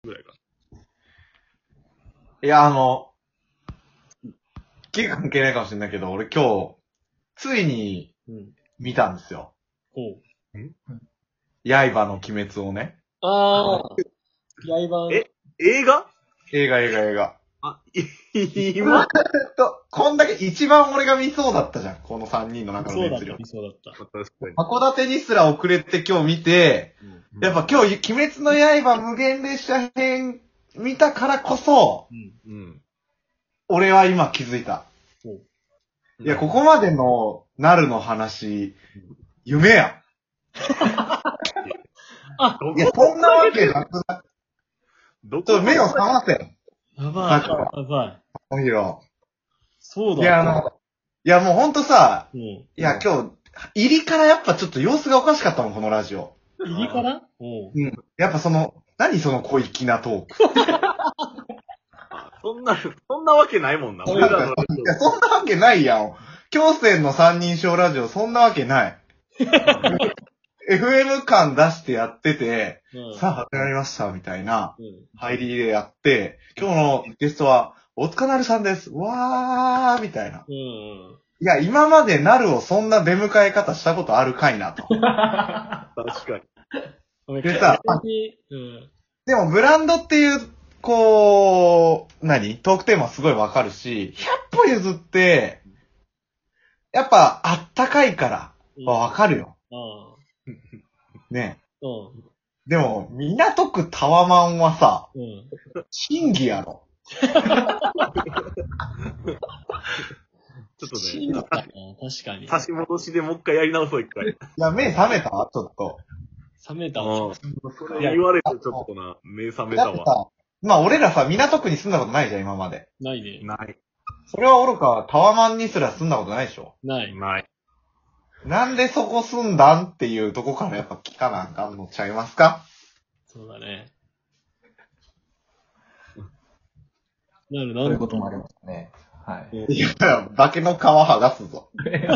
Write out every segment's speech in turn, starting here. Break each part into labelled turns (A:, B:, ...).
A: ぐらいか。
B: いや、関係ないかもしれないけど、俺今日、ついに見たんですよ。
C: ほ
B: 刃の鬼滅をね。
C: ああ、刃。
A: 映画
B: 映画。
A: あ、今
B: こんだけ一番俺が見そうだったじゃん。この3人の中の
C: そうだった、
B: 熱量。
C: そうだった。
A: 確かに。
B: 函館にすら遅れて今日見て、やっぱ今日、鬼滅の刃無限列車編見たからこそ、俺は今気づいた。いや、ここまでのなるの話、夢やん。いや、そんなわけなくない。
A: ど
B: ちょっと目を覚ませよ。
C: やばい、やばい。
B: おひろ。
C: そうだ。
B: いやもうほんとさ、
C: い
B: 今日、入りからやっぱちょっと様子がおかしかったもん、このラジオ。
C: 入りから
B: やっぱ何その小粋なトーク。
A: そんなわけないもんな。俺らの。
B: いや、そんなわけないやん。京戦の三人称ラジオ、そんなわけない。FM 感出してやってて、さあ始まりました、みたいな、入りでやって、今日のゲストは、大塚なるさんです。わー、みたいな。いや、今までなるをそんな出迎え方したことあるかいなと。
A: 確かに。
B: でさ、でもブランドっていう、トークテーマすごいわかるし、100歩譲って、やっぱあったかいから、わかるよ。ね。でも、港区タワマンはさ、審議やろ。
A: ちょっとね、
C: 確かに。
A: 差し戻しでもう一回やり直そう、一回。
B: いや、目覚めたちょっと。
C: 覚めた。
A: それ言われてちょっとな、目覚めたわ。
B: まあ俺らさ、港区に住んだことないじゃん、今まで。
C: ないね。
A: ない。
B: それは愚か、タワマンにすら住んだことないでしょ。
C: ない。
A: ない。
B: なんでそこ住んだんっていうとこからやっぱ聞かなあかんのちゃいますか？
C: そうだね。
D: そういうこともありますね。はい。
B: いや、化けの皮剥がすぞ。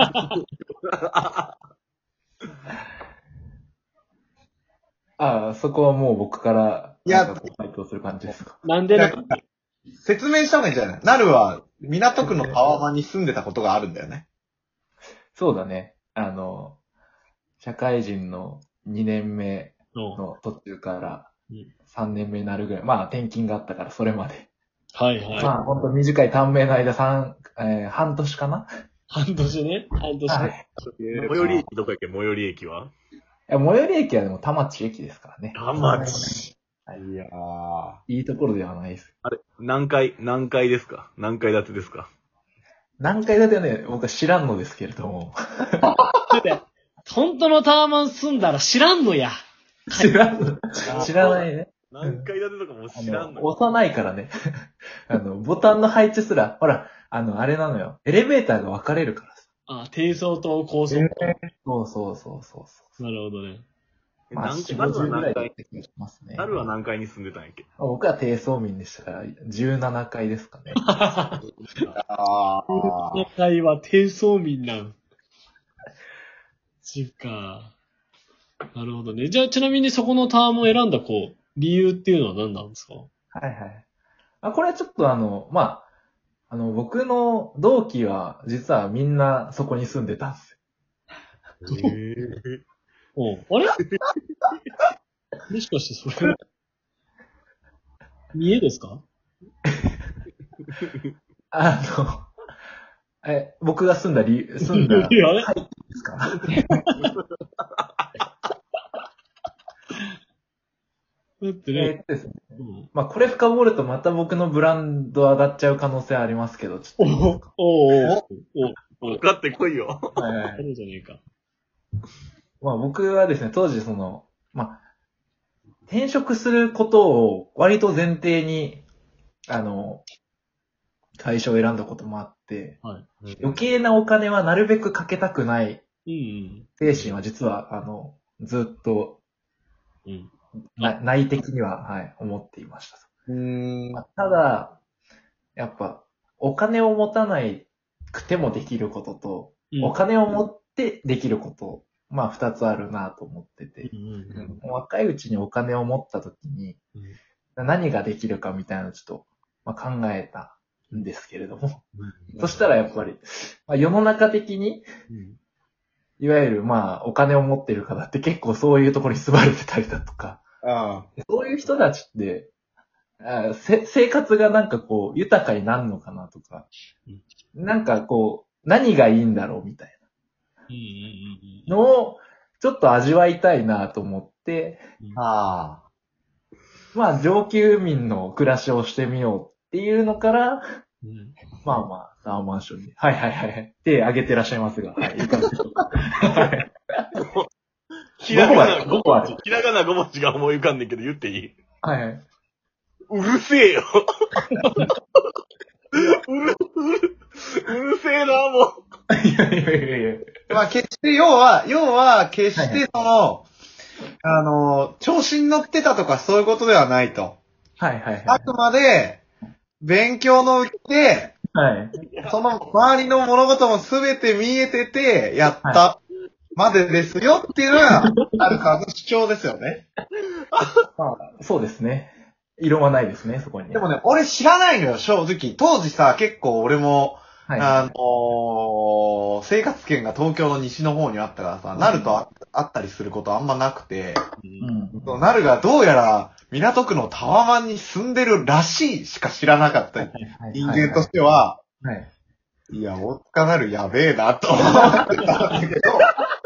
D: ああ、そこはもう僕から、
B: いや
D: 回答する感じですか。
C: なんでだか
B: 説明した方がいいんじゃない？なるは、港区のタワマンに住んでたことがあるんだよね。
D: そうだね。社会人の2年目の途中から3年目になるぐらい。まあ、転勤があったから、それまで。
C: はいはい。
D: まあ、ほんと短い短命の間半年かな。
C: 半年ね。半年
D: は
C: ね。
D: い。
A: 最寄り駅どこやっけ、最寄り駅は？
D: 最寄り駅はでも田町駅ですからね。
A: 田町。
B: いや
D: いいところではないです。
A: あれ、何階ですか？何階建てですか？
D: 何階建てはね、僕は知らんのですけれども。
C: だって、本当のタワマン住んだら知らんのや。
D: 知らないね。
A: 何階建てとかもう知らんの？
D: 幼いからね。ボタンの配置すら、ほら、あれなのよ。エレベーターが分かれるからさ。
C: あ、低層と高層。
D: そう。
C: なるほどね。
D: まあ、4、
A: なるは
D: 50ぐら
A: 何階
D: いだった気がしますね。
A: なるは何階に住んでたんやっけ？
D: 僕は低層民でしたから、17階ですかね。
B: あ
C: 今回は低層民なん。そっか。なるほどね。じゃあ、ちなみにそこのタワーも選んだ、理由っていうのは何なんですか？
D: はい。これはちょっと僕の同期は、実はみんなそこに住んでたんですよ。
C: あれもしかしてそれ、見えですか？
D: 僕が住んだ
C: いや、あれ
D: 背景ですか？
C: だってね。
D: ですね。まあ、これ深掘るとまた僕のブランド上がっちゃう可能性ありますけど、ちょっといいですか？
A: 分かってこいよ。
C: あるじゃねえか。
D: まあ、僕はですね、当時転職することを割と前提に、会社を選んだこともあって、余計なお金はなるべくかけたくない精神は実は、ずっと、内的には、思っていました。ただ、やっぱ、お金を持たないくてもできることと、お金を持ってできること、まあ二つあるなと思ってて、若いうちにお金を持った時に、 何ができるかみたいなのをちょっと、まあ、考えたんですけれども。そしたらやっぱり、まあ、世の中的に、いわゆるまあ、お金を持ってる方って結構そういうところに住まれてたりだとか、そういう人たちって生活がなんかこう、豊かになるのかなとか、なんかこう、何がいいんだろうみたいなのを、ちょっと味わいたいなと思って、まあ、上級民の暮らしをしてみようっていうのから、まあまあ、タワーマンションに。はいはいはい。手挙げてらっしゃいますが。はい、いかがでしょうか。はい。
A: ひらがな5文字が思い浮かんでんけど言っていい？
D: はいはい。
A: うるせえよ。うるせえな、もう。
D: いやいやいやいや。
B: まあ決して、要は、決して調子に乗ってたとかそういうことではないと。
D: はいはいはい。
B: あくまで、勉強のうちで、
D: はい。
B: その周りの物事もすべて見えてて、やったまでですよっていうのが、あるかの主張ですよね。
D: まあ、そうですね。異論はないですね、そこに。
B: でもね、俺知らないのよ、正直。当時さ、結構俺も、はい、生活圏が東京の西の方にあったからさ、なるとあったりすることあんまなくて、なるがどうやら港区のタワマンに住んでるらしいしか知らなかった人間としては、いや、大塚なるやべえなと思ってたんだけど、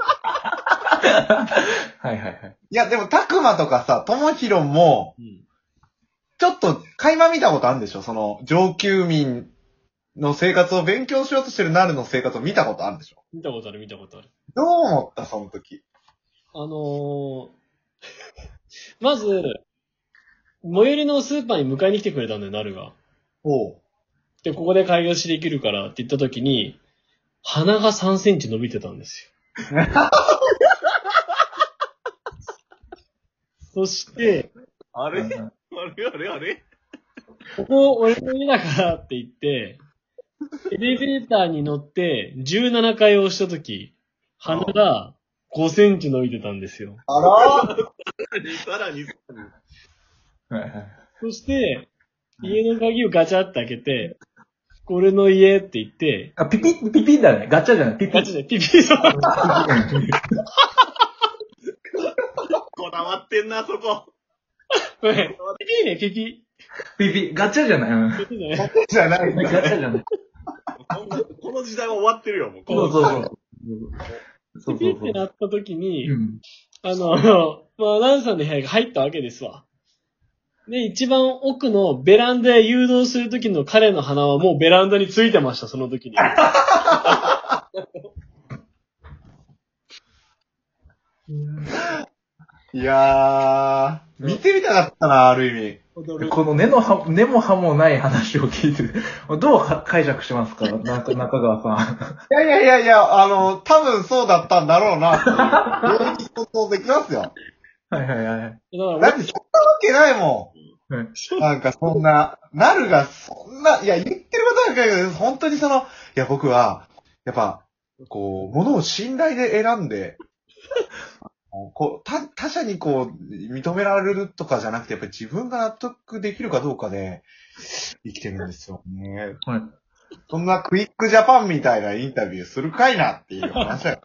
D: はいはいはい。
B: いや、でも、たくまとかさ、ともひろも、ちょっと、垣間見たことあるんでしょ？その、上級民の生活を勉強しようとしてるなるの生活を見たことあるでしょ？
C: 見たことある、見たことある。
B: どう思った、その時。
C: まず、最寄りのスーパーに迎えに来てくれたんだよ、なるが。で、ここで買い出しできるからって言った時に、鼻が3センチ伸びてたんですよ。そして、
A: あれ
C: ここ俺の家だからって言って、エレベーターに乗って17階を押したとき、鼻が5センチ伸びてたんですよ。
B: あら
A: さらに。
C: そして、家の鍵をガチャって開けて、これの家って言って、
D: ピピだね。ガチャじゃない。ピピ。
C: ガチャでピピそう。
A: こだわってんな、そこ。
C: これ、ピピね、ピピ。
D: ピピ、ガチャじゃない。
C: ピピね。
B: ガチャじゃない。
D: ガチャじゃない。
A: この時代は終わってるよ、もう。
C: ピピってなった時に、まあ、ランさんの部屋が入ったわけですわ。で、一番奥のベランダへ誘導する時の彼の鼻はもうベランダについてました、その時に。
B: いやー、見てみたかったな、ある意
D: 味。この根も葉もない話を聞いて、どう解釈しますか中川さん。
B: いや、多分そうだったんだろうな、っていう。想像できますよ。
D: はい。
B: だってそんなわけないもん。なんかそんな、なるがそんな、いや、言ってることはないけど、本当にいや、僕は、やっぱ、こう、物を信頼で選んで、他者に認められるとかじゃなくて、やっぱり自分が納得できるかどうかで生きてるんですよね。
D: はい。
B: そんなクイックジャパンみたいなインタビューするかいなっていう話だよ。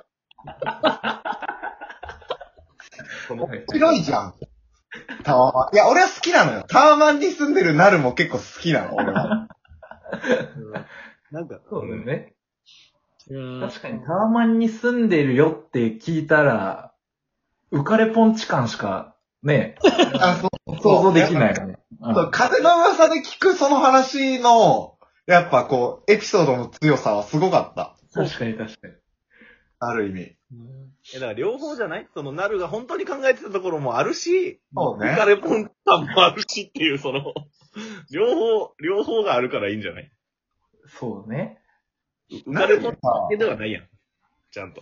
B: 面白いじゃん。タワマン。いや、俺は好きなのよ。タワマンに住んでるなるも結構好きなの、俺は。
D: なんか、そうだよね。確かにタワマンに住んでるよって聞いたら、浮かれポンチ感しか、ね、想像できないよね。
B: 風の噂で聞くその話の、やっぱエピソードの強さはすごかった。
D: 確かに。
B: ある意味。
A: だから両方じゃないなるが本当に考えてたところもあるし、
B: そうね。
A: 浮かれポンタンもあるしっていう両方があるからいいんじゃない？
D: そうね。
A: 浮かれポンタンだけではないやん。ちゃんと。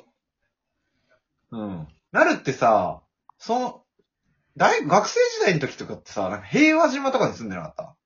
B: なるってさ、学生時代の時とかってさ、なんか平和島とかに住んでなかった？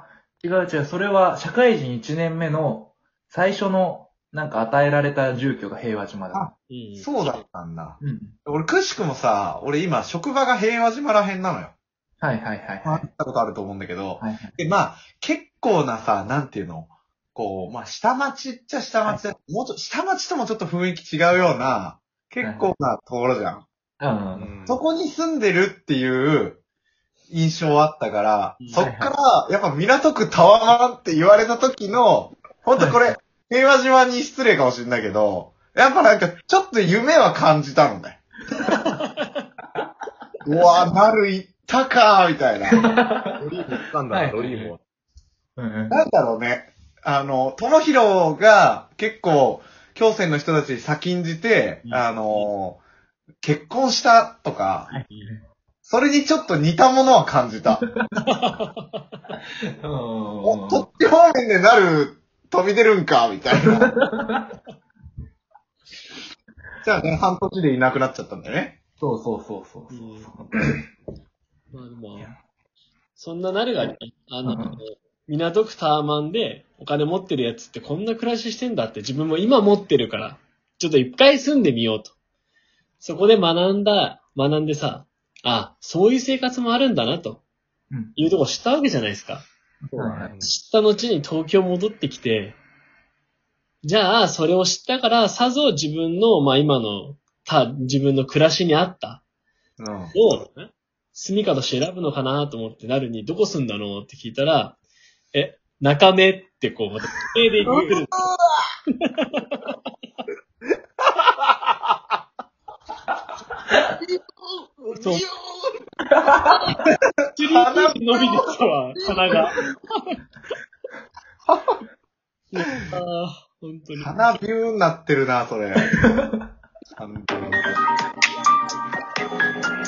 D: 違う。それは社会人1年目の最初のなんか与えられた住居が平和島だ。
B: そうだったんだ。俺くしくもさ、俺今職場が平和島らへんなのよ。
D: はいはいはい。
B: あったことあると思うんだけど、
D: はいはい、
B: で、まあ、結構なさ、なんていうの、こう、まあ、下町っちゃ下町で、もうちょっと、下町ともちょっと雰囲気違うような、結構なところじゃん。そこに住んでるっていう印象あったから、そっから、やっぱ港区タワマンって言われた時の、ほんとこれ、平和島に失礼かもしれないけど、やっぱなんか、ちょっと夢は感じたのね。うわぁ、なる行ったかー、みたいな。
A: ロリーモ行ったんだな、ロリーモ。
B: なんだろうね。友広が結構、京戦の人たちに先んじて、結婚したとか、それにちょっと似たものは感じた。とって方面でなる、飛び出るんか、みたいな。じゃあね、半年でいなくなっちゃったんだよね。
D: そう。
C: まあでも、そんななるがね、港区タワマンでお金持ってるやつってこんな暮らししてんだって自分も今持ってるから、ちょっと一回住んでみようと。そこで学んでさ、あ、そういう生活もあるんだなと。いうとこ知ったわけじゃないですか。知った後に東京戻ってきて、じゃあ、それを知ったから、さぞ自分の、まあ今の、自分の暮らしに合った、を、住みかとして選ぶのかなと思ってなるに、どこ住んだのって聞いたら、中根ってこう、また、で言ってくる。そう。鼻伸びてたわ、鼻が。本当に。
B: 鼻ビューになってるな、それ。